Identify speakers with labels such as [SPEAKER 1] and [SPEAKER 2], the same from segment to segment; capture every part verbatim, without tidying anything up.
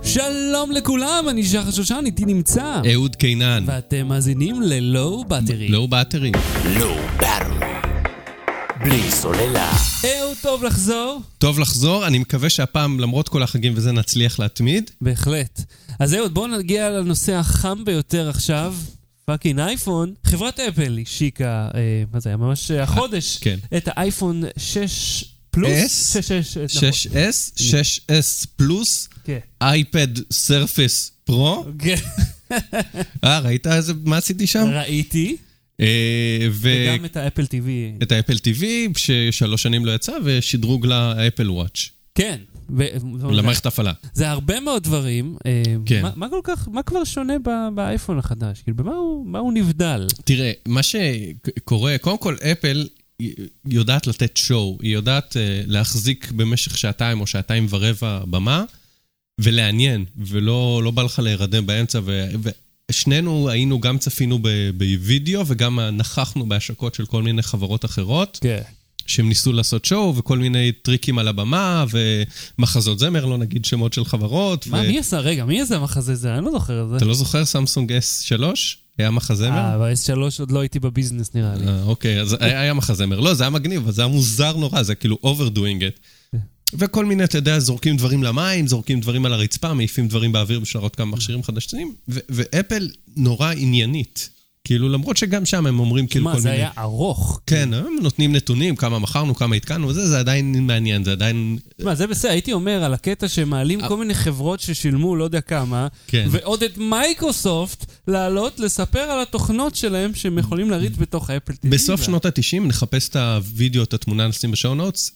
[SPEAKER 1] שלום לכולם, אני שחר שושן, איתי נמצא
[SPEAKER 2] אהוד קינן,
[SPEAKER 1] ואתם מאזינים ללואו בטרי.
[SPEAKER 2] לואו בטרי.
[SPEAKER 3] לואו בטרי. בלי סוללה.
[SPEAKER 1] אהוד, טוב לחזור?
[SPEAKER 2] טוב לחזור, אני מקווה שהפעם למרות כל החגים וזה נצליח להתמיד.
[SPEAKER 1] בהחלט. אז אהוד, בואו נגיע לנושא החם ביותר עכשיו. פאקינג אייפון. חברת אפל השיקה, אה, מה זה היה ממש החודש,
[SPEAKER 2] כן.
[SPEAKER 1] את האייפון שש פלוס?
[SPEAKER 2] S, שש אס, שש אס פלוס,
[SPEAKER 1] כן.
[SPEAKER 2] אייפד סרפס פרו.
[SPEAKER 1] כן.
[SPEAKER 2] אה, ראית איזה, מה עשיתי שם?
[SPEAKER 1] ראיתי.
[SPEAKER 2] אה, ו...
[SPEAKER 1] וגם את האפל טי וי.
[SPEAKER 2] את האפל טי וי, ששלוש שנים לא יצא, ושדרוג לאפל וואץ'.
[SPEAKER 1] כן.
[SPEAKER 2] למערכת הפעלה.
[SPEAKER 1] זה הרבה מאוד דברים.
[SPEAKER 2] כן.
[SPEAKER 1] מה, מה כל כך, מה כבר שונה באייפון החדש? כאילו, במה הוא, מה הוא נבדל?
[SPEAKER 2] תראה, מה שקורה, קודם כל אפל יודעת לתת שואו, היא יודעת להחזיק במשך שעתיים או שעתיים ורבע במה, ולעניין, ולא לא בא לך להירדם באמצע, ו, ושנינו היינו, גם צפינו בווידאו, וגם נכחנו בהשקות של כל מיני חברות אחרות.
[SPEAKER 1] כן.
[SPEAKER 2] שהם ניסו לעשות שואו, וכל מיני טריקים על הבמה, ומחזות זמר, לא נגיד שמות של חברות.
[SPEAKER 1] מה,
[SPEAKER 2] ו...
[SPEAKER 1] מי עשה? רגע, מי עשה מחזה זה? אני לא זוכר את זה.
[SPEAKER 2] אתה לא זוכר סמסונג אס שלוש? היה מחזמר?
[SPEAKER 1] אה, ב-אס שלוש עוד לא הייתי בביזנס נראה לי.
[SPEAKER 2] אה, אוקיי, אז היה מחזמר. לא, זה היה מגניב, אבל זה היה מוזר נורא, זה כאילו overdoing it. וכל מיני, אתה יודע, זורקים דברים למים, זורקים דברים על הרצפה, מעיפים דברים באוויר בשביל להראות כמה מכשירים חדשים, ו- ואפל נורא עניינית. כאילו, למרות שגם שם הם אומרים כאילו כל מיני...
[SPEAKER 1] מה, זה היה ארוך.
[SPEAKER 2] כן, הם נותנים נתונים, כמה מכרנו, כמה התקנו, וזה, זה עדיין מעניין, זה עדיין...
[SPEAKER 1] מה, זה בסדר, הייתי אומר על הקטע שמעלים כל מיני חברות ששילמו לא יודע כמה, ועוד את מייקרוסופט לעלות, לספר על התוכנות שלהם שהם יכולים להריץ בתוך האפל טי וי.
[SPEAKER 2] בסוף שנות ה-תשעים, נחפש את הוידאו, את התמונה, נשים בשואו נוטס,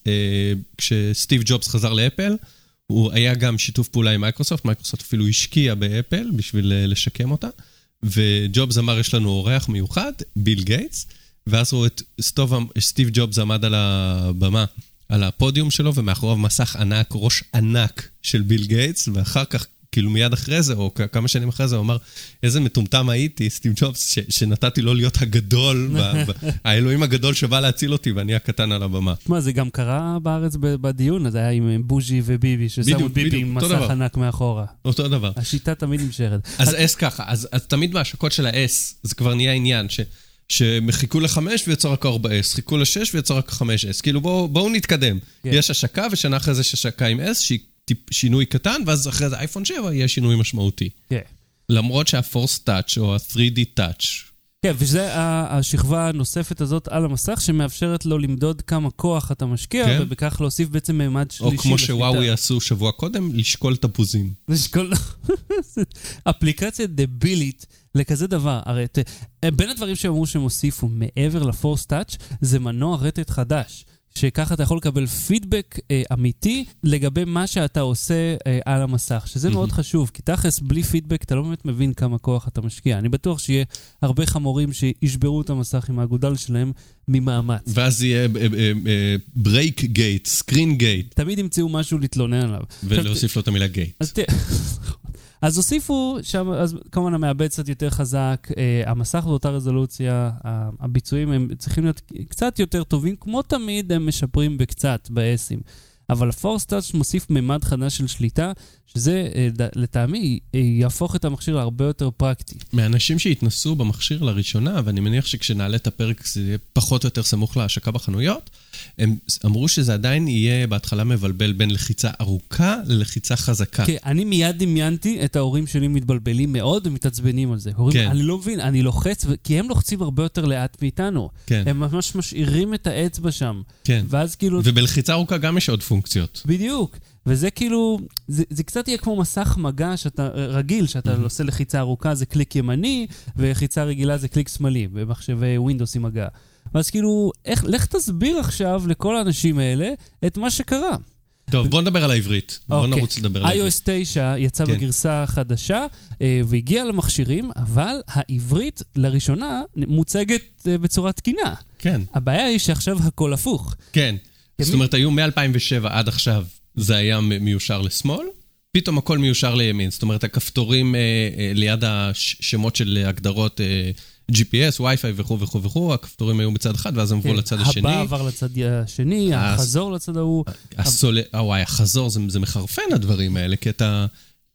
[SPEAKER 2] כשסטיב ג'ובס חזר לאפל, הוא היה גם שיתוף פעולה עם מייקרוסופט, מייקרוסופט אפילו השקיע באפל בשביל לשקם אותה, וג'ובס אמר, יש לנו אורח מיוחד, ביל גייטס, ואז רואה את סטיב ג'ובס עמד על הבמה, על הפודיום שלו, ומאחוריו מסך ענק, ראש ענק של ביל גייטס, ואחר כך, כאילו מיד אחרי זה, או כמה שנים אחרי זה, הוא אמר, איזה מטומטם הייתי, סטיב ג'ובס, ש- שנתתי לו להיות הגדול, ב- ב- האלוהים הגדול שבא להציל אותי, ואני הקטן על הבמה.
[SPEAKER 1] מה, זה גם קרה בארץ בדיון, אז היה עם בוז'י וביבי, ששמו ביבי עם מסך ענק מאחורה.
[SPEAKER 2] אותו דבר.
[SPEAKER 1] השיטה תמיד נמשכת.
[SPEAKER 2] אז S ככה, אז, אז תמיד בהשקות של ה-S, זה כבר נהיה עניין, ש... שמחיכו לחמש ויצא רק ארבע אס, חיכו לשש ויצא רק חמש אס. כאילו בואו בוא נתקדם. כן. יש השקה, ושנה אחרי זה יש השקה עם S, שהיא טיפ, שינוי קטן, ואז אחרי זה אייפון שבע יהיה שינוי משמעותי.
[SPEAKER 1] כן.
[SPEAKER 2] למרות שה-Force Touch או ה-תרי די Touch.
[SPEAKER 1] כן, וזה השכבה הנוספת הזאת על המסך, שמאפשרת לו למדוד כמה כוח אתה משקיע, כן. ובכך להוסיף בעצם מימד שלישי.
[SPEAKER 2] או כמו שוואוי יעשו שבוע קודם, לשקול תפוזים.
[SPEAKER 1] לשקול... אפליקציה דבילית לכזה דבר. הרי בין הדברים שאמרו שהם הוסיפו מעבר ל-Force Touch, זה מנוע רטט חדש. שככה אתה יכול לקבל פידבק אה, אמיתי לגבי מה שאתה עושה אה, על המסך, שזה mm-hmm. מאוד חשוב, כי תכלס בלי פידבק אתה לא באמת מבין כמה כוח אתה משקיע. אני בטוח שיהיה הרבה חמורים שישברו את המסך עם האגודל שלהם ממאמץ.
[SPEAKER 2] ואז יהיה ברייק גייט, סקרין גייט.
[SPEAKER 1] תמיד ימצאו משהו להתלונן עליו.
[SPEAKER 2] ולהוסיף לו את המילה גייט.
[SPEAKER 1] אז תראה... אז הוסיפו שם, אז כמובן המעבד קצת יותר חזק, אה, המסך באותה רזולוציה, הביצועים הם צריכים להיות קצת יותר טובים, כמו תמיד הם משפרים בקצת באסים. אבל ה-Force Touch מוסיף ממד חדש של שליטה, שזה לטעמי יהפוך את המכשיר להרבה יותר פרקטי.
[SPEAKER 2] מאנשים שהתנסו במכשיר לראשונה, ואני מניח שכשנעלה את הפרק זה יהיה פחות או יותר סמוך להשקה בחנויות, הם אמרו שזה עדיין יהיה בהתחלה מבלבל בין לחיצה ארוכה ללחיצה חזקה.
[SPEAKER 1] כן, אני מיד דמיינתי את ההורים שלי מתבלבלים מאוד ומתעצבנים על זה. הורים, כן. אני לא מבין, אני לוחץ, כי הם לוחצים הרבה יותר לאט מאיתנו. כן. הם ממש משאירים את האצבע שם.
[SPEAKER 2] כן.
[SPEAKER 1] ואז כאילו...
[SPEAKER 2] ובלחיצה ארוכה גם יש עוד פונקציות.
[SPEAKER 1] בדיוק. וזה כאילו, זה, זה קצת יהיה כמו מסך מגע שאתה רגיל, שאתה mm-hmm. עושה לחיצה ארוכה זה קליק ימני, ולחיצה רגילה זה קליק שמאלי, במחשבי ווינדוס עם מגע. ואז כאילו, איך, לך תסביר עכשיו לכל האנשים האלה את מה שקרה.
[SPEAKER 2] טוב, בוא נדבר על העברית.
[SPEAKER 1] בוא
[SPEAKER 2] okay. נרוץ לדבר על העברית.
[SPEAKER 1] איי או אס תשע יצא כן. בגרסה חדשה, והגיע למכשירים, אבל העברית לראשונה מוצגת בצורה תקינה.
[SPEAKER 2] כן.
[SPEAKER 1] הבעיה היא שעכשיו הכל הפוך.
[SPEAKER 2] כן. זאת אומרת, היו מ-אלפיים ושבע עד עכשיו, זה היה מיושר לשמאל, פתאום הכל מיושר לימין. זאת אומרת, הכפתורים אה, אה, ליד השמות של הגדרות אה, ג'י פי אס, וי-פיי וכו' וכו' וכו', הכפתורים היו בצד אחד, ואז הם עברו לצד השני.
[SPEAKER 1] הבא עבר לצד השני, החזור לצד ההוא.
[SPEAKER 2] וואי, החזור, זה מחרפן הדברים האלה, כי אתה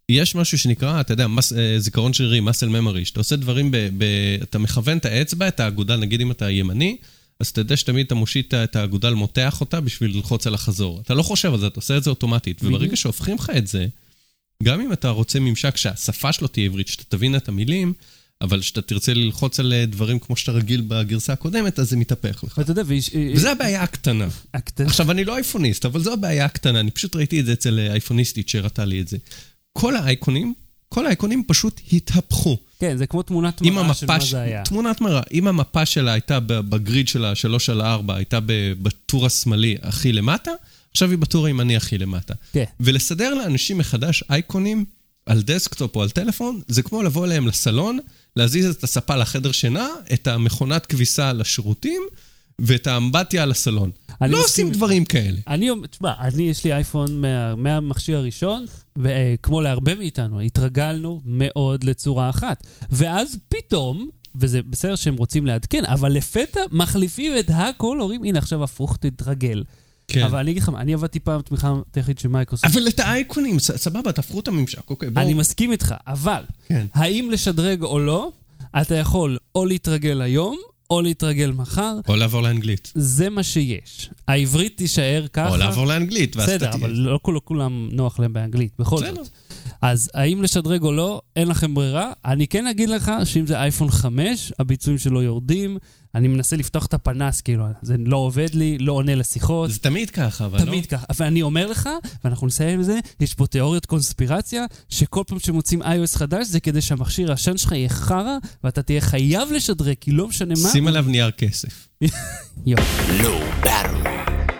[SPEAKER 2] יש משהו שנקרא, אתה יודע, מס, זיכרון שרירי, muscle memory, שאתה עושה דברים, ב, ב, אתה מכוון את האצבע, את האגודל, נגיד אם אתה ימני, אז אתה יודע שתמיד אתה מושיט את האגודל, מותח אותה בשביל ללחוץ על החזור. אתה לא חושב על זה, אתה עושה את זה אוטומטית, וברגע שהופכים לך את זה, גם אם אתה רוצה ממשק שהשפה שלו תהיה עברית, שאתה תבין את המילים, אבל שאתה תרצה ללחוץ על דברים כמו שאתה רגיל בגרסה הקודמת, אז זה מתהפך לך.
[SPEAKER 1] ואתה יודע,
[SPEAKER 2] וזה הבעיה הקטנה.
[SPEAKER 1] הקטנה.
[SPEAKER 2] עכשיו, אני לא אייפוניסט, אבל זו הבעיה הקטנה. אני פשוט ראיתי את זה אצל אייפוניסטית שהראתה לי את זה. כל האייקונים, כל האייקונים פשוט התהפכו.
[SPEAKER 1] כן, זה כמו תמונת מראה של מה זה היה.
[SPEAKER 2] תמונת מראה. אם המפה שלה הייתה בגריד שלה, שלוש על ארבע, הייתה בטור השמאלי הכי למטה, עכשיו היא בטור הימני הכי למטה.
[SPEAKER 1] כן.
[SPEAKER 2] ולסדר לאנשים מחדש אייקונים על דסקטופ או על טלפון, זה כמו לבוא אליהם לסלון, להזיז את הספה לחדר שינה, את המכונת כביסה לשירותים, ואת האמבטיה על הסלון. לא עושים דברים כאלה.
[SPEAKER 1] אני, תשמע, אני, יש לי אייפון מהמכשיר הראשון, וכמו להרבה מאיתנו, התרגלנו מאוד לצורה אחת. ואז פתאום, וזה בסדר שהם רוצים לעדכן, אבל לפתע מחליפים את הכל, אומרים, הנה עכשיו הפוך תתרגל. כן. אבל אני אגיד לך, אני עבדתי פעם תמיכה טכנית של מייקרוסופט.
[SPEAKER 2] אבל את האייקונים, סבבה, תפרו את הממשק, אוקיי, בואו.
[SPEAKER 1] אני מסכים איתך, אבל, כן. האם לשדרג או לא, אתה יכול או להתרגל היום, או להתרגל מחר.
[SPEAKER 2] או לעבור לאנגלית.
[SPEAKER 1] זה מה שיש. העברית תישאר ככה.
[SPEAKER 2] או לעבור לאנגלית.
[SPEAKER 1] בסדר, אבל לא כולם נוח להם באנגלית, בכל זאת. אז האם לשדרג או לא, אין לכם ברירה. אני כן אגיד לך שאם זה אייפון חמש, הביצועים שלו יורדים, אני מנסה לפתוח את הפנס, כאילו, זה לא עובד לי, לא עונה לשיחות.
[SPEAKER 2] זה תמיד ככה, אבל לא.
[SPEAKER 1] תמיד ככה. ואני אומר לך, ואנחנו נסיים עם זה, יש פה תיאוריות קונספירציה, שכל פעם שמוצאים iOS חדש, זה כדי שהמכשיר השן שלך יהיה חרה, ואתה תהיה חייב לשדרג, כי לא משנה מה.
[SPEAKER 2] שים עליו נייר כסף.
[SPEAKER 1] יופי.
[SPEAKER 3] Low Battery.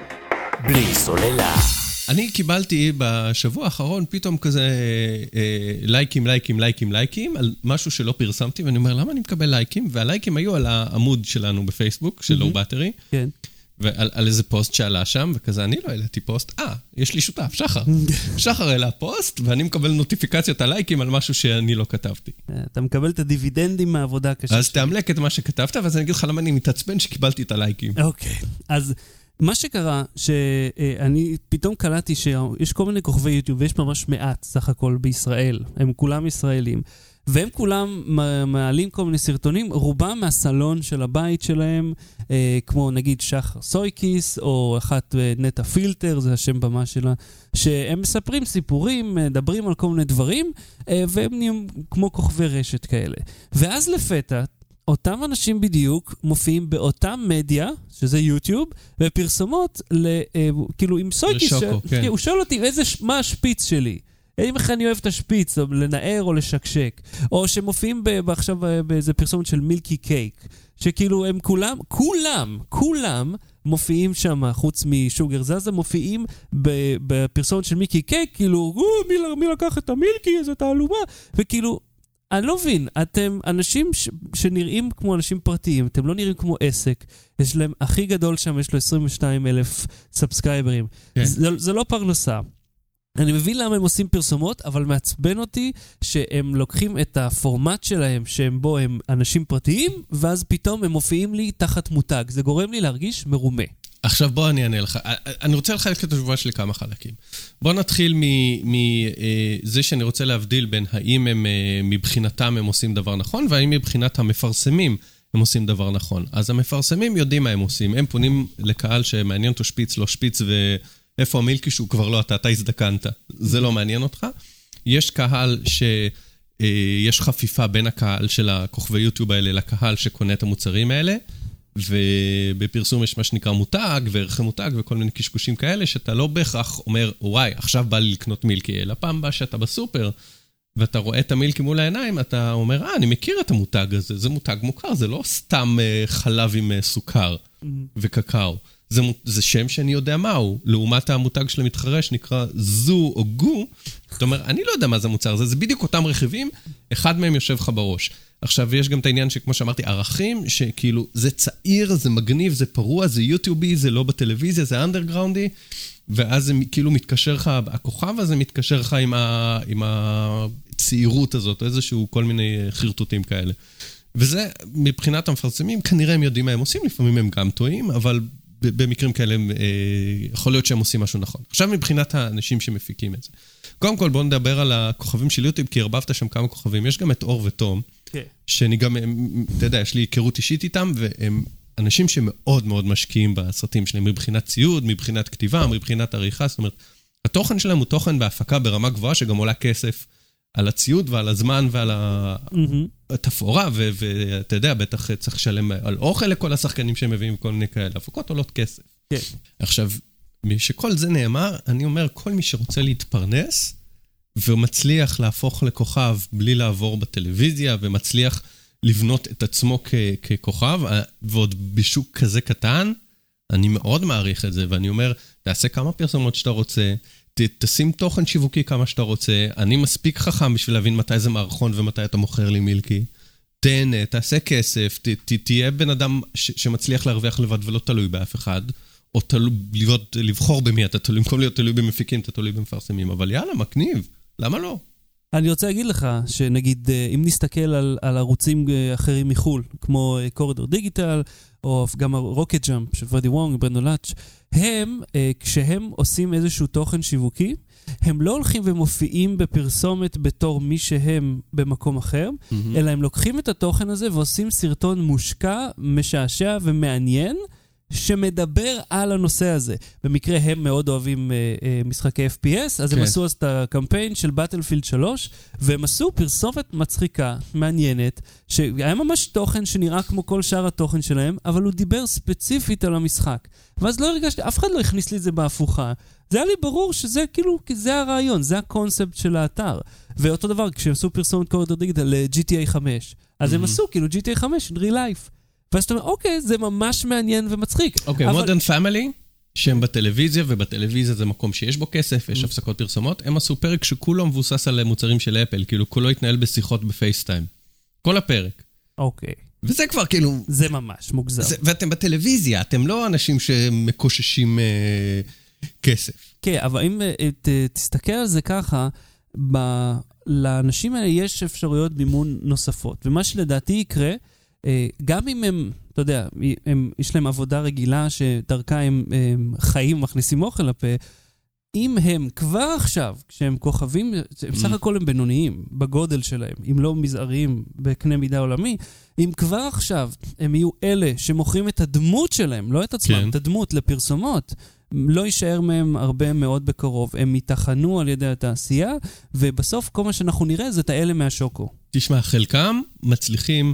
[SPEAKER 3] בלי סוללה.
[SPEAKER 2] אני קיבלתי בשבוע האחרון פתאום כזה אה, לייקים, לייקים, לייקים, לייקים, על משהו שלא פרסמתי, ואני אומר, למה אני מקבל לייקים? והלייקים היו על העמוד שלנו בפייסבוק, של Low Battery.
[SPEAKER 1] כן.
[SPEAKER 2] ועל על איזה פוסט שעלה שם, וכזה אני לא העליתי פוסט, אה, יש לי שותף, שחר. שחר העלה פוסט, ואני מקבל נוטיפיקציות על לייקים על משהו שאני לא כתבתי.
[SPEAKER 1] אתה מקבל את הדיבידנדים מהעבודה הקשה.
[SPEAKER 2] אז תאמלק את מה שכתבת, ואז אני אגיד לך למה אני מתעצבן שקיבלתי את הלייקים.
[SPEAKER 1] אוקיי, אז מה שקרה, שאני פתאום קלטתי שיש כל מיני כוכבי יוטיוב, ויש ממש מעט סך הכל בישראל, הם כולם ישראלים, והם כולם מעלים כל מיני סרטונים, רובם מהסלון של הבית שלהם, אה, כמו נגיד שחר סויקיס, או אחת נטה פילטר, זה השם במה שלה, שהם מספרים סיפורים, מדברים על כל מיני דברים, אה, והם נהיים כמו כוכבי רשת כאלה. ואז לפתע, אותם אנשים בדיוק מופיעים באותם מדיה, שזה יוטיוב, ופרסומות, ל, אה, כאילו עם סויקיס,
[SPEAKER 2] לשוקו,
[SPEAKER 1] ש...
[SPEAKER 2] כן.
[SPEAKER 1] הוא שואל אותי, איזה, מה השפיץ שלי? אם איך אני אוהב את השפיץ, או לנער או לשקשק, או שמופיעים ב- עכשיו באיזה פרסומת של מילקי קייק, שכאילו הם כולם, כולם, כולם מופיעים שם, חוץ משוגר זזה, מופיעים ב- בפרסומת של מילקי קייק, כאילו, מי, מי לקח את המילקי, איזה תעלומה, וכאילו, אני לא מבין, אתם אנשים ש- שנראים כמו אנשים פרטיים, אתם לא נראים כמו עסק, יש להם, הכי גדול שם, יש לו עשרים ושניים אלף סאבסקרייברים, כן. זה, זה לא פרנסה. אני מבין למה הם עושים פרסומות, אבל מעצבן אותי שהם לוקחים את הפורמט שלהם, שהם בו הם אנשים פרטיים, ואז פתאום הם מופיעים לי תחת מותג. זה גורם לי להרגיש מרומה.
[SPEAKER 2] עכשיו בוא אני אענה לך. אני רוצה לחלק את התשובה שלי כמה חלקים. בוא נתחיל מזה שאני רוצה להבדיל בין האם הם מבחינתם הם עושים דבר נכון, והאם מבחינת המפרסמים הם עושים דבר נכון. אז המפרסמים יודעים מה הם עושים. הם פונים לקהל שמעניין אותו שפיץ, לא שפיץ ו... איפה המילקי שהוא כבר לא, אתה, אתה הזדקנת. זה לא מעניין אותך. יש קהל שיש חפיפה בין הקהל של הכוכבי יוטיוב האלה לקהל שקונה את המוצרים האלה, ובפרסום יש מה שנקרא מותג וערכי מותג וכל מיני קשקושים כאלה, שאתה לא בהכרח אומר, וואי, עכשיו בא לי לקנות מילקי, אלא פעם בא שאתה בסופר, ואתה רואה את המילקי מול העיניים, אתה אומר, אה, אני מכיר את המותג הזה, זה מותג מוכר, זה לא סתם חלב עם סוכר וקקאו. זה, זה שם שאני יודע מהו, לעומת המותג של המתחרה שנקרא זו או גו, זאת אומרת, אני לא יודע מה זה המוצר הזה, זה בדיוק אותם רכיבים, אחד מהם יושב לך בראש. עכשיו, יש גם את העניין שכמו שאמרתי, ערכים, שכאילו, זה צעיר, זה מגניב, זה פרוע, זה יוטיובי, זה לא בטלוויזיה, זה אנדרגראונדי, ואז זה כאילו מתקשר לך, הכוכב הזה מתקשר לך עם, ה, עם הצעירות הזאת, או איזשהו כל מיני חרטוטים כאלה. וזה, מבחינת המפרסמים, כנראה הם יודעים מה הם עושים, לפעמים הם גם טועים, אבל במקרים כאלה, יכול להיות שהם עושים משהו נכון. עכשיו מבחינת האנשים שמפיקים את זה. קודם כל בואו נדבר על הכוכבים של יוטיוב, כי הרבבת שם כמה כוכבים. יש גם את אור ותום, שאני גם, אתה יודע, יש לי היכרות אישית איתם, והם אנשים שמאוד מאוד משקיעים בסרטים שלהם, מבחינת ציוד, מבחינת כתיבה, מבחינת עריכה, זאת אומרת, התוכן שלהם הוא תוכן בהפקה ברמה גבוהה, שגם עולה כסף על הציוד ועל הזמן ועל התפאורה, ואתה יודע, בטח צריך לשלם על אוכל לכל השחקנים שהם מביאים כל מיני כאלה, הפקות עולות כסף. עכשיו, משכל זה נאמר, אני אומר, כל מי שרוצה להתפרנס, ומצליח להפוך לכוכב בלי לעבור בטלוויזיה, ומצליח לבנות את עצמו כ- ככוכב, ועוד בשוק כזה קטן, אני מאוד מעריך את זה, ואני אומר, תעשה כמה פרסומות שאתה רוצה, ת- תשים תוכן שיווקי כמה שאתה רוצה, אני מספיק חכם בשביל להבין מתי זה מערכון ומתי אתה מוכר לי מילקי, תהנה, תעשה כסף, ת- ת- תהיה בן אדם ש- שמצליח להרוויח לבד ולא תלוי באף אחד, או תלו, להיות, לבחור במי אתה תלוי, במקום להיות תלוי במפיקים, אתה תלוי במפרסמים, אבל יאללה, מקניב, למה לא?
[SPEAKER 1] אני רוצה להגיד לך, שנגיד, אם נסתכל על, על ערוצים אחרים מחול, כמו קורידור דיגיטל, או גם רוקט ג'אמפ של ורדי וונג, ברנדו לאץ', הם, כשהם עושים איזשהו תוכן שיווקי, הם לא הולכים ומופיעים בפרסומת בתור מי שהם במקום אחר, mm-hmm. אלא הם לוקחים את התוכן הזה ועושים סרטון מושקע, משעשע ומעניין, שמדבר על הנושא הזה. במקרה הם מאוד אוהבים אה, אה, משחקי אף פי אס, אז כן. הם עשו אז את הקמפיין של Battlefield שלוש, והם עשו פרסומת מצחיקה, מעניינת, שהיה ממש תוכן שנראה כמו כל שאר התוכן שלהם, אבל הוא דיבר ספציפית על המשחק. ואז לא הרגשתי, אף אחד לא הכניס לי את זה בהפוכה. זה היה לי ברור שזה כאילו, זה הרעיון, זה הקונספט של האתר. ואותו דבר, כשהם עשו פרסומת קורידור דיגיטל ל-ג'י טי איי חמש, אז mm-hmm. הם עשו כאילו ג'י טי איי חמש, real life. ואז אתה אומר, אוקיי, זה ממש מעניין ומצחיק.
[SPEAKER 2] אוקיי, מודרן פאמילי, שהם בטלוויזיה, ובטלוויזיה זה מקום שיש בו כסף, יש הפסקות פרסומות, הם עשו פרק שכולו מבוסס על מוצרים של אפל, כאילו כולו התנהל בשיחות בפייסטיים. כל הפרק.
[SPEAKER 1] אוקיי.
[SPEAKER 2] וזה כבר כאילו...
[SPEAKER 1] זה ממש מוגזר.
[SPEAKER 2] ואתם בטלוויזיה, אתם לא אנשים שמקוששים כסף.
[SPEAKER 1] כן, אבל אם תסתכל על זה ככה, לאנשים האלה יש אפשרויות מימון נוספות, ומה שלדעתי יקרה, גם אם הם, אתה יודע, הם, יש להם עבודה רגילה שדרכה הם, הם חיים, מכניסים אוכל לפה, אם הם כבר עכשיו, כשהם כוכבים, הם סך הכל הם בינוניים בגודל שלהם, אם לא מזעריים בקנה מידה עולמי, אם כבר עכשיו הם יהיו אלה שמוכרים את הדמות שלהם, לא את עצמם, כן. את הדמות לפרסומות, לא יישאר מהם הרבה מאוד בקרוב. הם יתחנו על ידי התעשייה, ובסוף כל מה שאנחנו נראה זה את האלה מהשוקו.
[SPEAKER 2] תשמע, חלקם מצליחים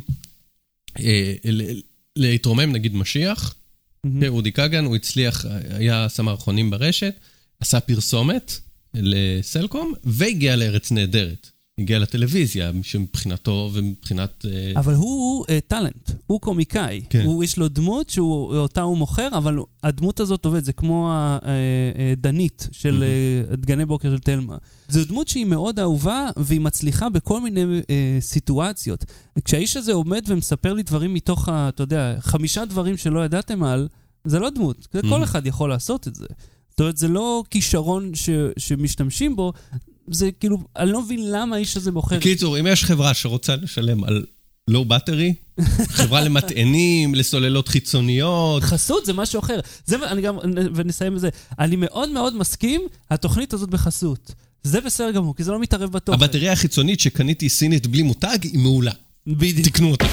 [SPEAKER 2] להתרומם, נגיד משיח, אודי כגן, הוא הצליח, היה עשה מערכונים ברשת, עשה פרסומת לסלקום, והגיע לארץ נהדרת. הגיע לטלוויזיה, שמבחינתו ומבחינת...
[SPEAKER 1] אבל הוא טלנט, הוא קומיקאי. הוא יש לו דמות שאותה הוא מוכר, אבל הדמות הזאת עובד, זה כמו הדנית של דגני בוקר של תלמה. זו דמות שהיא מאוד אהובה, והיא מצליחה בכל מיני סיטואציות. כשהאיש הזה עומד ומספר לי דברים מתוך, אתה יודע, חמישה דברים שלא ידעתם על, זה לא דמות. כל אחד יכול לעשות את זה. זאת אומרת, זה לא כישרון שמשתמשים בו, זה כאילו, אני לא מבין למה האיש הזה בוחר.
[SPEAKER 2] בקיצור, אם יש חברה שרוצה לשלם על לואו בטרי, חברה למטענים, לסוללות חיצוניות.
[SPEAKER 1] חסות זה משהו אחר. זה, אני גם, ונסיים בזה. אני מאוד מאוד מסכים, התוכנית הזאת בחסות. זה בסדר גמור, כי זה לא מתערב בתוכן.
[SPEAKER 2] הבטריה החיצונית שקניתי סינית בלי מותג, היא מעולה.
[SPEAKER 1] בדיוק.
[SPEAKER 2] תקנו אותה.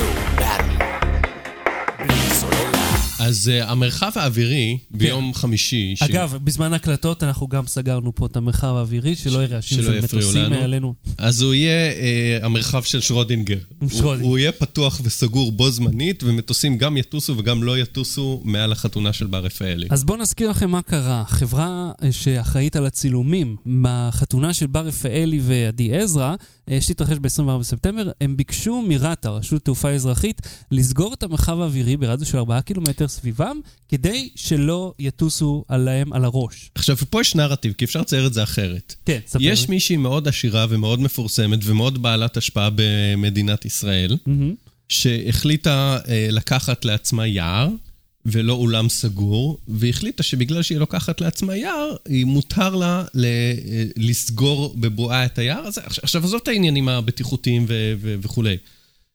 [SPEAKER 2] אז uh, המרחב האווירי ביום כן. חמישי...
[SPEAKER 1] אגב, ש... בזמן הקלטות אנחנו גם סגרנו פה את המרחב האווירי, שלא יראה שזה מטוסים מעלינו.
[SPEAKER 2] אז הוא יהיה uh, המרחב של שרודינגר. הוא, הוא יהיה פתוח וסגור בו זמנית, ומטוסים גם יטוסו וגם לא יטוסו מעל החתונה של בר רפאלי.
[SPEAKER 1] אז בואו נזכיר לכם מה קרה. חברה שאחראית על הצילומים בחתונה של בר רפאלי ועדי עזרא, שתתרחש ב-עשרים וארבעה בספטמבר, הם ביקשו מרת"א, רשות תעופה אזרחית, לסגור את המרחב האווירי ברדיוס של ארבעה קילומטר סביבם, כדי שלא יטוסו עליהם על הראש.
[SPEAKER 2] עכשיו, פה יש נרטיב, כי אפשר לצייר את זה אחרת.
[SPEAKER 1] כן, ספר.
[SPEAKER 2] יש מישהי מאוד עשירה ומאוד מפורסמת ומאוד בעלת השפעה במדינת ישראל, mm-hmm. שהחליטה אה, לקחת לעצמה יער, ולא אולם סגור, והחליטה שבגלל שהיא לוקחת לעצמה יער, היא מותר לה ל- לסגור בבועה את היער הזה. עכשיו, זאת העניינים הבטיחותיים ו- ו- וכו'.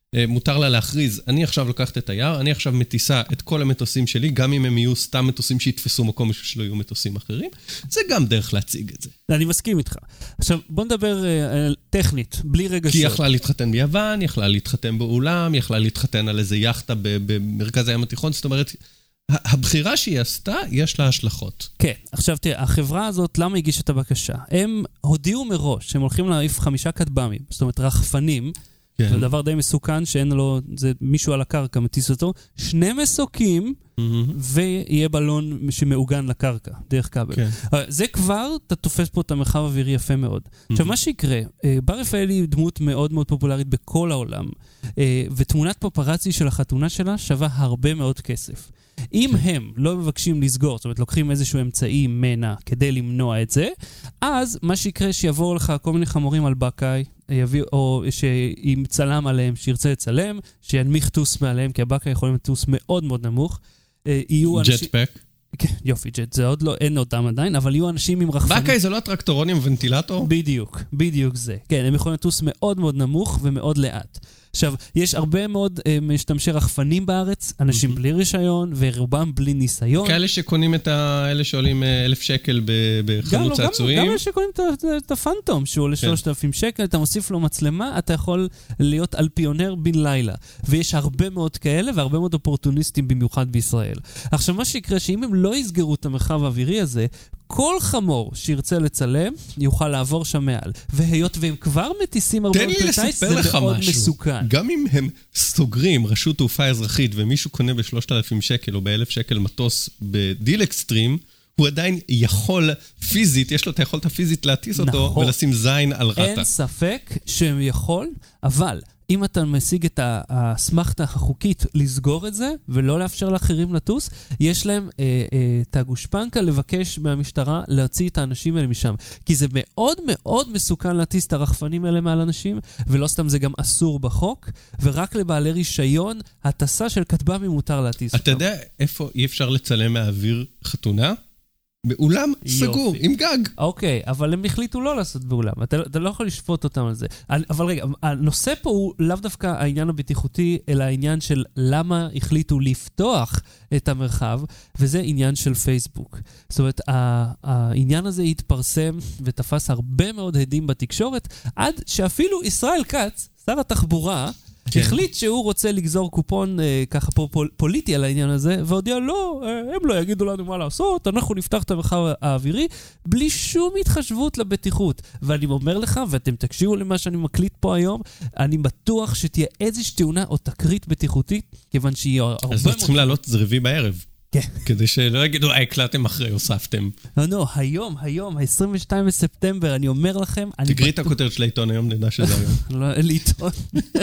[SPEAKER 2] מותר לה להכריז, אני עכשיו לוקחת את היער, אני עכשיו מטיסה את כל המטוסים שלי, גם אם הם יהיו סתם מטוסים שיתפסו מקום שלא יהיו מטוסים אחרים, זה גם דרך להציג את זה.
[SPEAKER 1] אני מסכים איתך. עכשיו, בוא נדבר uh, טכנית, בלי רגשות.
[SPEAKER 2] כי היא יכלה להתחתן ביוון, היא יכלה להתחתן באולם, היא יכלה להתחתן על איזה יחטה במרכז הים התיכון, זאת אומרת, הבחירה שהיא עשתה, יש לה השלכות.
[SPEAKER 1] כן, עכשיו תראה, החברה הזאת, למה הגישה את הבקשה? הם הודיעו מראש שהם הולכים להעיף חמישה כטב"מים, זאת אומרת, רחפנים, כן. זה דבר די מסוכן שאין לו, זה מישהו על הקרקע מטיס אותו, שני מסוקים, mm-hmm. ויהיה בלון שמעוגן לקרקע, דרך כבל. כן. זה כבר, אתה תופס פה את המרחב האווירי יפה מאוד. Mm-hmm. עכשיו, מה שיקרה, בר רפאלי היא דמות מאוד מאוד פופולרית בכל העולם, ותמונת פופרצי של החתונה שלה שווה הרבה מאוד כסף. אם הם לא מבקשים לסגור, זאת אומרת, לוקחים איזשהו אמצעי מנע כדי למנוע את זה, אז מה שיקרה שיבואו לך כל מיני חמורים על בקאי, יביא, או שאם צלם עליהם, שירצה לצלם, שינמיך טוס מעליהם, כי הבקאי יכולים לטוס מאוד מאוד נמוך.
[SPEAKER 2] ג'טפק.
[SPEAKER 1] כן, יופי, ג'ט, זה עוד לא, אין אותם עדיין, אבל יהיו אנשים עם רחפנים.
[SPEAKER 2] בקאי זה לא הטרקטורונים וונטילטור?
[SPEAKER 1] בדיוק, בדיוק זה. כן, הם יכולים לטוס מאוד מאוד נמוך ומאוד לאט. עכשיו, יש הרבה מאוד אה, משתמשי רחפנים בארץ, אנשים בלי רישיון, ורובם בלי ניסיון.
[SPEAKER 2] כאלה שקונים את האלה שעולים אלף שקל בחנות צעצועים.
[SPEAKER 1] גם אלה שקונים את הפנטום, שהוא עולה שלושת אלפים שקל, אתה מוסיף לו מצלמה, אתה יכול להיות אלפיונר בן לילה. ויש הרבה מאוד כאלה, והרבה מאוד אופורטוניסטים במיוחד בישראל. עכשיו, מה שיקרה, שאם הם לא יסגרו את המרחב האווירי הזה, כל חמור שירצה לצלם, יוכל לעבור שם מעל. והיות והם כבר מטיסים הרבה מאוד טייס, זה מאוד מסוכן.
[SPEAKER 2] גם אם הם סוגרים רשות תעופה אזרחית, ומישהו קונה ב-שלושת אלפים שקל או ב-אלף שקל מטוס בדיל אקסטרים, הוא עדיין יכול פיזית, יש לו את היכולת הפיזית להטיס אותו, נכון. ולשים זין על רטה.
[SPEAKER 1] אין ספק שהם יכול, אבל אם אתה משיג את הסמכתה החוקית לסגור את זה, ולא לאפשר לאחרים לטוס, יש להם אה, אה, את הגושפנקה לבקש מהמשטרה להוציא את האנשים האלה משם. כי זה מאוד מאוד מסוכן להטיס את הרחפנים האלה מעל אנשים, ולא סתם זה גם אסור בחוק, ורק לבעלי רישיון, הטסה של כטב"מים מותר להטיס
[SPEAKER 2] אתה אותם. יודע איפה אי אפשר לצלם מהאוויר חתונה? באולם סגור, עם גג.
[SPEAKER 1] אוקיי, אבל הם החליטו לא לעשות באולם. אתה, אתה לא יכול לשפוט אותם על זה. אבל רגע, הנושא פה הוא לאו דווקא העניין הבטיחותי, אלא העניין של למה החליטו לפתוח את המרחב, וזה עניין של פייסבוק. זאת אומרת, העניין הזה התפרסם ותפס הרבה מאוד הדים בתקשורת, עד שאפילו ישראל כץ, שר התחבורה, כן. החליט שהוא רוצה לגזור קופון אה, ככה פה פול, פוליטי על העניין הזה, והודיע לא, אה, הם לא יגידו לנו מה לעשות, אנחנו נפתח את המרחב האווירי, בלי שום התחשבות לבטיחות. ואני אומר לך, ואתם תקשיבו למה שאני מקליט פה היום, אני בטוח שתהיה איזושהי תאונה או תקרית בטיחותית, כיוון שהיא הרבה מאוד...
[SPEAKER 2] אז צריכים לעלות זרבי בערב.
[SPEAKER 1] כן.
[SPEAKER 2] כדי שלא יגידו, אה, הקלטתם אחרי, הוספתם.
[SPEAKER 1] לא, לא, היום, היום, ה-עשרים ושניים בספטמבר, אני אומר לכם...
[SPEAKER 2] תקריא את הכותרת של העיתון היום, נדע שזה היום.
[SPEAKER 1] לא, לעיתון.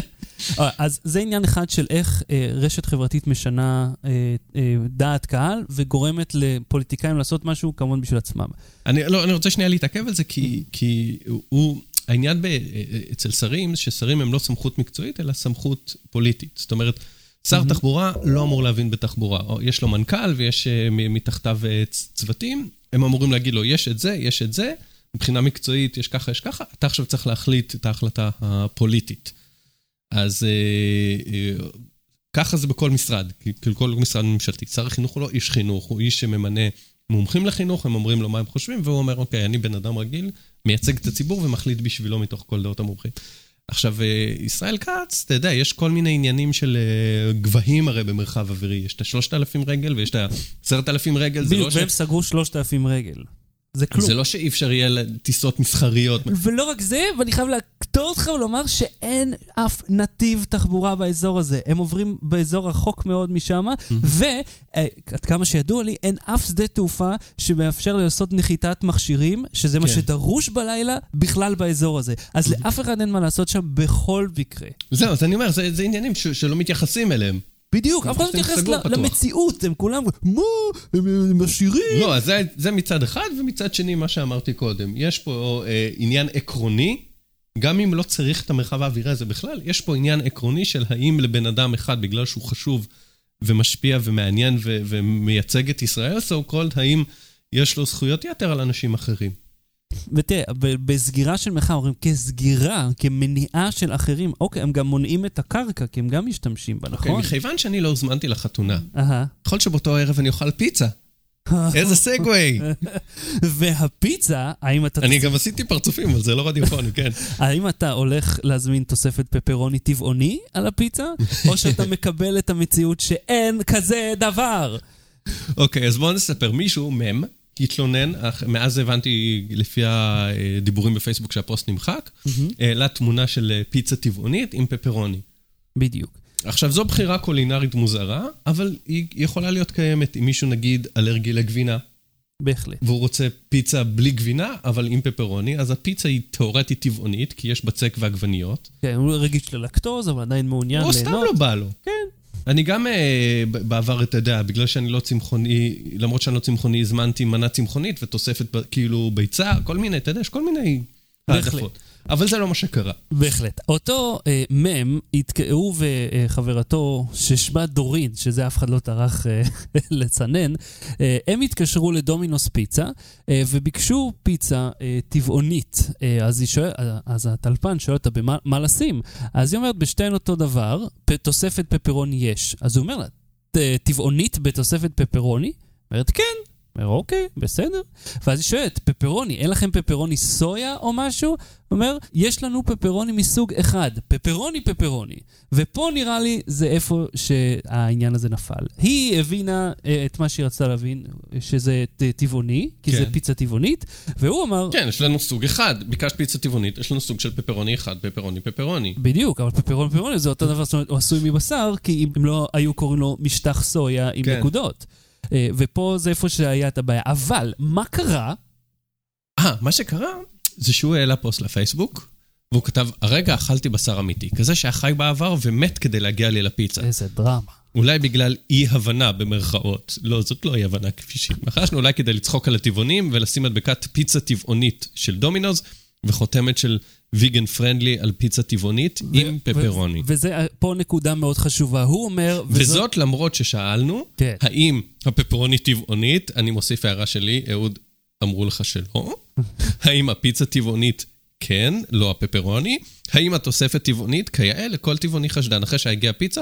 [SPEAKER 1] אז זה עניין אחד של איך אה, רשת חברתית משנה אה, אה, דעת קהל, וגורמת לפוליטיקאים לעשות משהו כמובן בשביל עצמם.
[SPEAKER 2] אני, לא, אני רוצה שנייה להתעכב על זה, כי, כי הוא, העניין ב, אצל שרים, ששרים הם לא סמכות מקצועית, אלא סמכות פוליטית. זאת אומרת, שר mm-hmm. תחבורה לא אמור להבין בתחבורה. יש לו מנכ"ל ויש uh, מתחתיו uh, צוותים, הם אמורים להגיד לו, יש את זה, יש את זה, מבחינה מקצועית יש ככה, יש ככה, אתה עכשיו צריך להחליט את ההחלטה הפוליטית. אז uh, uh, ככה זה בכל משרד, כי כל משרד ממשלתי. שר החינוך הוא לא איש חינוך, הוא איש שממנה מומחים לחינוך, הם אומרים לו מה הם חושבים, והוא אומר, אוקיי, אני בן אדם רגיל, מייצג את הציבור ומחליט בשבילו מתוך כל דעות המומחים. עכשיו, ישראל כץ, אתה יודע, יש כל מיני עניינים של גבהים הרי במרחב אווירי. יש את שלושת אלפים רגל ויש את עשרת אלפים רגל.
[SPEAKER 1] בדיוק, והם סגרו שלושת אלפים רגל. זה כלום.
[SPEAKER 2] זה לא שאי אפשר יהיה טיסות מסחריות.
[SPEAKER 1] ולא רק זה, ואני חייב לקטור אותך ולומר שאין אף נתיב תחבורה באזור הזה. הם עוברים באזור רחוק מאוד משם, ועד כמה שידוע לי, אין אף שדה תעופה שמאפשר לעשות נחיתת מכשירים, שזה מה שדרוש בלילה בכלל באזור הזה. אז לאף אחד אין מה לעשות שם בכל מקרה.
[SPEAKER 2] זהו, אז אני אומר, זה עניינים שלא מתייחסים אליהם.
[SPEAKER 1] בדיוק, אף אחד לא מתייחס למציאות, הם כולם, מה, הם עשירים.
[SPEAKER 2] לא, אז זה מצד אחד, ומצד שני מה שאמרתי קודם. יש פה עניין עקרוני, גם אם לא צריך את המרחב האווירי הזה בכלל, יש פה עניין עקרוני של האם לבן אדם אחד, בגלל שהוא חשוב ומשפיע ומעניין ומייצג את ישראל, so called, האם יש לו זכויות יתר על אנשים אחרים.
[SPEAKER 1] ותראה, בסגירה של מחאה, אומרים, כסגירה, כמניעה של אחרים, אוקיי, הם גם מונעים את הקרקע, כי הם גם משתמשים בה, נכון?
[SPEAKER 2] אוקיי, מכיוון שאני לא הוזמנתי לחתונה.
[SPEAKER 1] אהה.
[SPEAKER 2] יכול שבאותו ערב אני אוכל פיצה. איזה סגווי.
[SPEAKER 1] והפיצה, האם אתה...
[SPEAKER 2] אני גם עשיתי פרצופים, אבל זה לא רדיופוני, כן.
[SPEAKER 1] האם אתה הולך להזמין תוספת פפרוני טבעוני על הפיצה, או שאתה מקבל את המציאות שאין כזה דבר?
[SPEAKER 2] אוקיי, אז בואו נספר. מישהו, מם, התלונן, מאז הבנתי לפי הדיבורים בפייסבוק שהפוסט נמחק, העלה תמונה של פיצה טבעונית עם פפרוני.
[SPEAKER 1] בדיוק.
[SPEAKER 2] עכשיו, זו בחירה קולינרית מוזרה, אבל היא יכולה להיות קיימת אם מישהו נגיד אלרגי לגבינה.
[SPEAKER 1] בהחלט.
[SPEAKER 2] והוא רוצה פיצה בלי גבינה, אבל עם פפרוני, אז הפיצה היא תיאורטית טבעונית, כי יש בצק ועגבניות.
[SPEAKER 1] כן, הוא רגיש ללקטוז, אבל עדיין מעוניין
[SPEAKER 2] ליהנות.
[SPEAKER 1] ליהנות.
[SPEAKER 2] או סתם לא בא לו.
[SPEAKER 1] כן.
[SPEAKER 2] אני גם בעבר, אתה יודע, בגלל שאני לא צמחוני, למרות שאני לא צמחוני, הזמנתי מנה צמחונית ותוספת כאילו ביצה, כל מיני, אתה יודע, יש כל מיני העדפות. אבל זה לא מה שקרה.
[SPEAKER 1] בהחלט. אותו אה, מם, הוא וחברתו ששמה דורין, שזה אף אחד לא טרח אה, לצנן, אה, הם התקשרו לדומינוס פיצה, אה, וביקשו פיצה אה, טבעונית. אה, אז, שואל, אז הטלפן שואל אותה במה מה לשים. אז היא אומרת, בשתיין אותו דבר, פ, תוספת פפרוני יש. אז הוא אומר לה, טבעונית בתוספת פפרוני? אומרת, כן. אומר, אוקיי, בסדר. ואז היא שואלת, פפרוני, אין לכם פפרוני סויה או משהו? הוא אומר, יש לנו פפרוני מסוג אחד, פפרוני פפרוני. ופה נראה לי זה איפה שהעניין הזה נפל. היא הבינה את מה שהיא רצתה להבין, שזה טבעוני, כי כן. זה פיצה טבעונית, והוא אמר...
[SPEAKER 2] כן, יש לנו סוג אחד, ביקשת פיצה טבעונית, יש לנו סוג של פפרוני אחד, פפרוני פפרוני.
[SPEAKER 1] בדיוק, אבל פפרוני פפרוני זה אותו דבר, זאת אומרת, הוא עשוי מבשר, כי אם לא היו קוראים לו משטח סויה עם כן. נקודות. ופה זה איפה שהיה את הבעיה. אבל, מה קרה?
[SPEAKER 2] אה, מה שקרה זה שהוא העלה פוסט לפייסבוק, והוא כתב, הרגע אכלתי בשר אמיתי, כזה שהחי בעבר ומת כדי להגיע לי לפיצה.
[SPEAKER 1] איזה דרמה.
[SPEAKER 2] אולי בגלל אי-הבנה במרכאות. לא, זאת לא אי-הבנה כפי שהתמחשנו, אולי כדי לצחוק על הטבעונים ולשים מדבקת פיצה טבעונית של דומינוז, וחותמת של ויגן פרנדלי על פיצה טבעונית ו- עם פפרוני.
[SPEAKER 1] ו- וזה פה נקודה מאוד חשובה. הוא אומר...
[SPEAKER 2] וזאת, וזאת למרות ששאלנו, כן. האם הפפרוני טבעונית, אני מוסיף הערה שלי, אהוד, אמרו לך שלא? האם הפיצה טבעונית כן, לא הפפרוני? האם התוספת טבעונית כיאה לכל טבעוני חשדן? אחרי שהגיעה פיצה,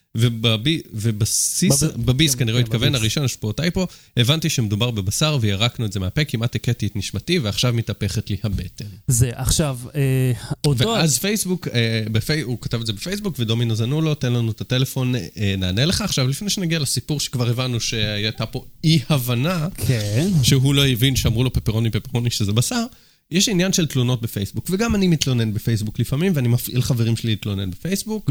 [SPEAKER 2] ובבסיס, בביס כנראה התכוון, הראשון יש פה טייפו, הבנתי שמדובר בבשר וירקנו את זה מהפה, כמעט הקטתי את נשמתי, ועכשיו מתהפכת לי הבטן.
[SPEAKER 1] זה, עכשיו,
[SPEAKER 2] ואז פייסבוק, הוא כתב את זה בפייסבוק, ודומינוז ענו לו, תן לנו את הטלפון, נענה לך. עכשיו, לפני שנגיע לסיפור שכבר הבנו שהייתה פה אי-הבנה, שהוא לא הבין שאמרו לו פפרוני פפרוני שזה בשר, יש עניין של תלונות בפייסבוק, וגם אני מתלונן בפייסבוק לפעמים, ואני מפעיל חברים שלי להתלונן בפייסבוק,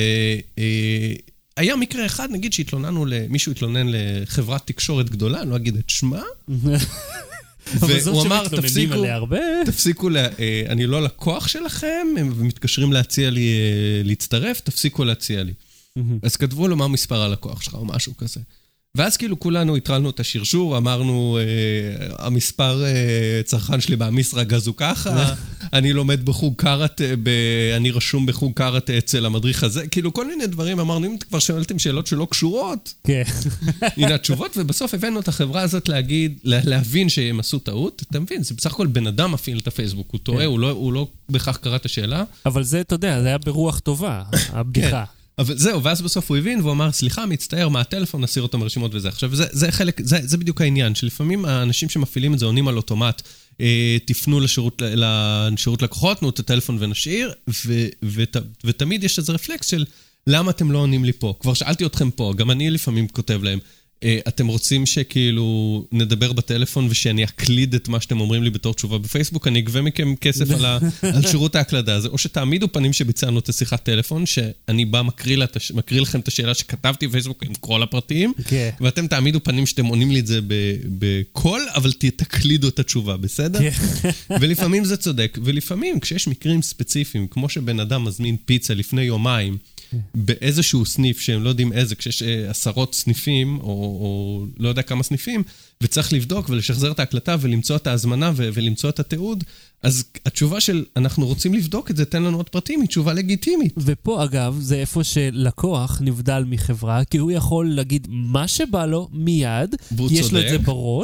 [SPEAKER 2] והיה מקרה אחד, נגיד שהתלוננו, מישהו התלונן לחברת תקשורת גדולה, אני לא אגיד את שמה, והוא אמר, תפסיקו, תפסיקו, אני לא לקוח שלכם, הם מתקשרים להציע לי להצטרף, תפסיקו להציע לי. אז כתבו לו מה מספר הלקוח שלך, או משהו כזה. ואז כאילו כולנו התרלנו את השרשור, אמרנו, אה, המספר אה, צרכן שלי במשרד גזו ככה, אני לומד בחוג קארט, ב, אני רשום בחוג קארט אצל המדריך הזה, כאילו כל מיני דברים, אמרנו, אם כבר שאלתם שאלות שלא קשורות,
[SPEAKER 1] כן.
[SPEAKER 2] הנה התשובות, ובסוף הבאנו את החברה הזאת להגיד, להבין שהם עשו טעות, אתה מבין, זה בסך הכל בן אדם מפעיל את הפייסבוק, הוא טועה, הוא לא, הוא לא בכך קרא את השאלה.
[SPEAKER 1] אבל זה, אתה יודע, זה היה ברוח טובה, הבדיחה.
[SPEAKER 2] אבל זהו, ואז בסוף הוא הבין, והוא אמר, סליחה, מצטער, מה הטלפון, נסיר אותו מרשימות וזה. עכשיו, זה, זה חלק, זה, זה בדיוק העניין, שלפעמים האנשים שמפעילים את זה עונים על אוטומט, אה, תפנו לשירות, לשירות לקוחות, נו את הטלפון ונשאיר, ו, ות, ותמיד יש איזה רפלקס של, למה אתם לא עונים לי פה? כבר שאלתי אתכם פה, גם אני לפעמים כותב להם, אתם רוצים שכאילו נדבר בטלפון ושאני אקליד את מה שאתם אומרים לי בתור תשובה בפייסבוק, אני אגבה מכם כסף על, ה, על שירות ההקלדה הזה, או שתעמידו פנים שביצענו את השיחת טלפון, שאני בא מקריא, לתש... מקריא לכם את השאלה שכתבתי בפייסבוק עם כל הפרטים, okay. ואתם תעמידו פנים שאתם עונים לי את זה בקול, אבל תקלידו את התשובה, בסדר? Okay. ולפעמים זה צודק, ולפעמים כשיש מקרים ספציפיים, כמו שבן אדם מזמין פיצה לפני יומיים, באיזשהו סניף שהם לא יודעים איזה, כשיש עשרות סניפים, או, או לא יודע כמה סניפים, וצריך לבדוק ולשחזר את ההקלטה ולמצוא את ההזמנה ו- ולמצוא את התיעוד, אז התשובה של אנחנו רוצים לבדוק את זה, תן לנו עוד פרטים, היא תשובה לגיטימית.
[SPEAKER 1] ופה אגב, זה איפה שלקוח נבדל מחברה, כי הוא יכול להגיד מה שבא לו מיד, יש צודק. לו את זה בראש,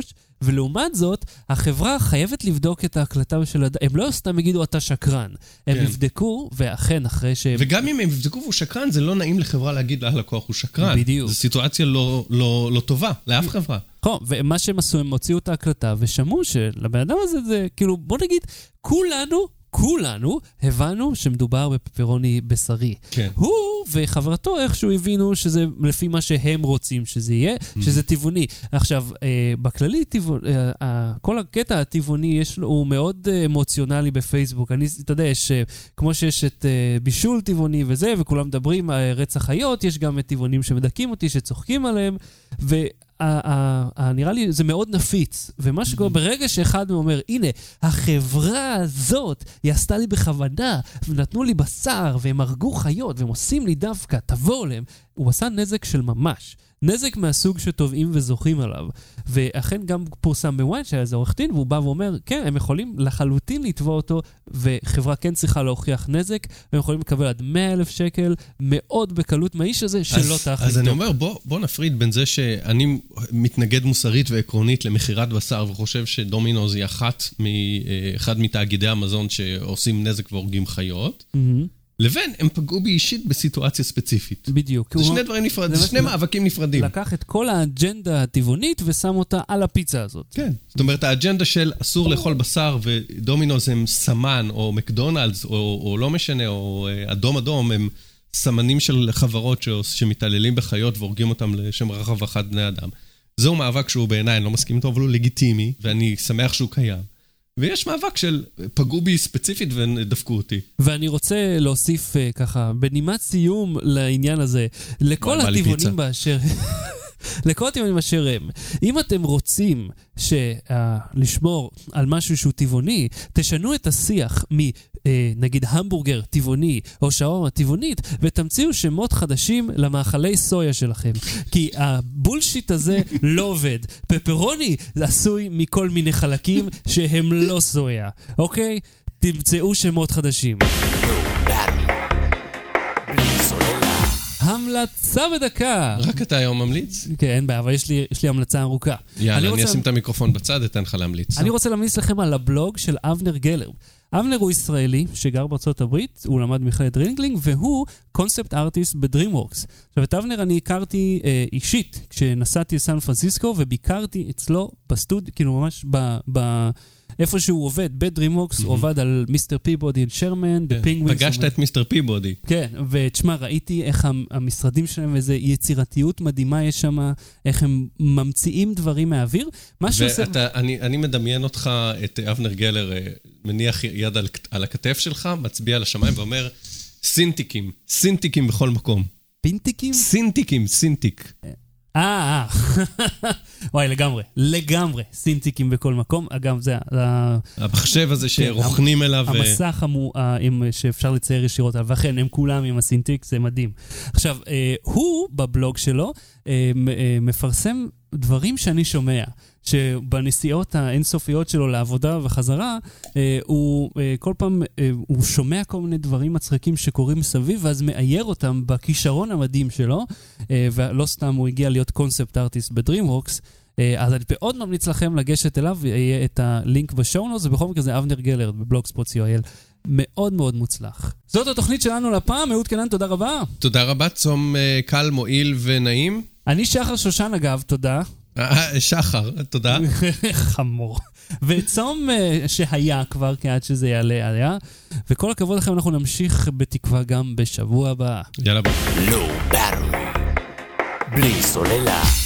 [SPEAKER 1] ולעומת זאת, החברה חייבת לבדוק את ההקלטה של אדם. הם לא סתם יגידו, אתה שקרן. הם
[SPEAKER 2] כן.
[SPEAKER 1] יבדקו, ואכן, אחרי ש...
[SPEAKER 2] וגם אם הם יבדקו והוא שקרן, זה לא נעים לחברה להגיד ללקוח הוא שקרן.
[SPEAKER 1] בדיוק.
[SPEAKER 2] זו סיטואציה לא, לא, לא טובה, לאף חברה.
[SPEAKER 1] נכון, ומה שהם עשו, הם הוציאו את ההקלטה, ושמעו שלבן אדם הזה זה, כאילו, בוא נגיד, כולנו... כולנו הבנו שמדובר בפפרוני בשרי.
[SPEAKER 2] כן.
[SPEAKER 1] הוא וחברתו איכשהו הבינו שזה לפי מה שהם רוצים שזה יהיה, שזה טבעוני. עכשיו, אה, בכללי, טבע, אה, כל הקטע הטבעוני יש לו, הוא מאוד אה, אמוציונלי בפייסבוק. אני, אתה יודע, יש, אה, כמו שיש את אה, בישול טבעוני וזה, וכולם מדברים על אה, רצח חיות, יש גם את טבעונים שמדכים אותי, שצוחקים עליהם, ו... נראה לי זה מאוד נפיץ, ומה שקורה ברגע שאחד אומר, הנה, החברה הזאת, היא עשתה לי בכוונה, ונתנו לי בשר, והם הרגו חיות, והם עושים לי דווקא, תבואו להם, הוא עשה נזק של ממש. נזק מהסוג שטובעים וזוכים עליו. ואכן גם פורסם בוויין שהיה איזה עורך דין, והוא בא ואומר, כן, הם יכולים לחלוטין לתבוע אותו, וחברה כן צריכה להוכיח נזק, והם יכולים לקבל עד מאה אלף שקל, מאוד בקלות מהאיש הזה, שלא תאחליטו.
[SPEAKER 2] אז אני אומר, בוא, בוא נפריד בין זה שאני מתנגד מוסרית ועקרונית למחירת בשר, וחושב שדומינוז היא אחת מאחד מתאגידי המזון שעושים נזק והורגים חיות, לבין הם פגעו בי אישית בסיטואציה ספציפית.
[SPEAKER 1] בדיוק.
[SPEAKER 2] זה שני דברים נפרדים, זה שני מאבקים נפרדים.
[SPEAKER 1] לקח את כל האג'נדה הטבעונית ושם אותה על הפיצה הזאת.
[SPEAKER 2] כן. זאת אומרת, האג'נדה של אסור לאכול בשר ודומינוז הם סמן, או מקדונלדס, או, או לא משנה, או אדום אדום, הם סמנים של חברות שמתעללים בחיות והורגים אותם לשם רחב אחד בני אדם. זהו מאבק שהוא בעיניי, אני לא מסכים איתו, אבל הוא לגיטימי, ואני שמח שהוא קיים. ויש מאבק של פגעו בי ספציפית ודפקו אותי.
[SPEAKER 1] ואני רוצה להוסיף ככה, בנימת סיום לעניין הזה, לכל הטבעונים באשר... לכל הטבעונים באשר הם. אם אתם רוצים לשמור על משהו שהוא טבעוני, תשנו את השיח מ... נגיד המבורגר טבעוני או שווארמה טבעונית, ותמציאו שמות חדשים למאכלי סויה שלכם. כי הבולשיט הזה לא עובד. פפרוני עשוי מכל מיני חלקים שהם לא סויה. אוקיי? תמצאו שמות חדשים. המלצה בדקה.
[SPEAKER 2] רק אתה היום ממליץ?
[SPEAKER 1] כן, אין בעיה, אבל יש לי, יש לי המלצה ארוכה.
[SPEAKER 2] יאללה, אני,
[SPEAKER 1] רוצה...
[SPEAKER 2] אשים את המיקרופון בצד, אתן לך להמליץ.
[SPEAKER 1] אני רוצה להמליץ לכם על הבלוג של אבנר גלר. אבנר הוא ישראלי שגר בארצות הברית, הוא למד מכללת רינגלינג, והוא קונספט ארטיסט בדרימוורקס. עכשיו, את אבנר אני הכרתי אה, אישית, כשנסעתי לסן פרנסיסקו, וביקרתי אצלו בסטוד, כאילו ממש ב... ב איפה שהוא עובד, בדרימוורקס, הוא עובד על מיסטר פיבודי ושרמן, The Penguins.
[SPEAKER 2] פגשת את מיסטר פיבודי.
[SPEAKER 1] כן, ותשמע, ראיתי איך המשרדים שלהם, איזו יצירתיות מדהימה יש שם, איך הם ממציאים דברים מהאוויר.
[SPEAKER 2] ואני מדמיין אותך, את אבנר גלר, מניח יד על הכתף שלך, מצביע על השמיים ואומר, סינטיקים, סינטיקים בכל מקום.
[SPEAKER 1] פינטיקים?
[SPEAKER 2] סינטיקים, סינטיק.
[SPEAKER 1] אה, וואי, לגמרי, לגמרי, סינטיקים בכל מקום, אגב, זה...
[SPEAKER 2] המחשב הזה שרוכנים אליו...
[SPEAKER 1] המסך שאפשר לצייר ישירות עליו, ואכן, הם כולם עם הסינטיק, זה מדהים. עכשיו, הוא בבלוג שלו מפרסם דברים שאני שומע, שבנסיעות האינסופיות שלו לעבודה וחזרה, הוא כל פעם, הוא שומע כל מיני דברים מצחיקים שקורים מסביב, ואז מאייר אותם בכישרון המדהים שלו, ולא סתם הוא הגיע להיות קונספט ארטיסט בדרימוורקס, אז אני מאוד ממליץ לכם לגשת אליו, יהיה את הלינק בשואונוטס, ובכל מקרה זה אבנר גלר בבלוגספוט סי או איי אל. מאוד מאוד מוצלח. זאת התוכנית שלנו לפעם, אהוד קנן, תודה רבה.
[SPEAKER 2] תודה רבה, צום קל, מועיל ונעים.
[SPEAKER 1] אני שחר שושן אגב, תודה.
[SPEAKER 2] שחר, תודה.
[SPEAKER 1] חמור. וצום שהיה כבר, כי עד שזה יעלה היה. וכל הכבוד לכם, אנחנו נמשיך בתקווה גם בשבוע הבא.
[SPEAKER 2] יאללה ביי.
[SPEAKER 3] לא ברור. בלי סוללה.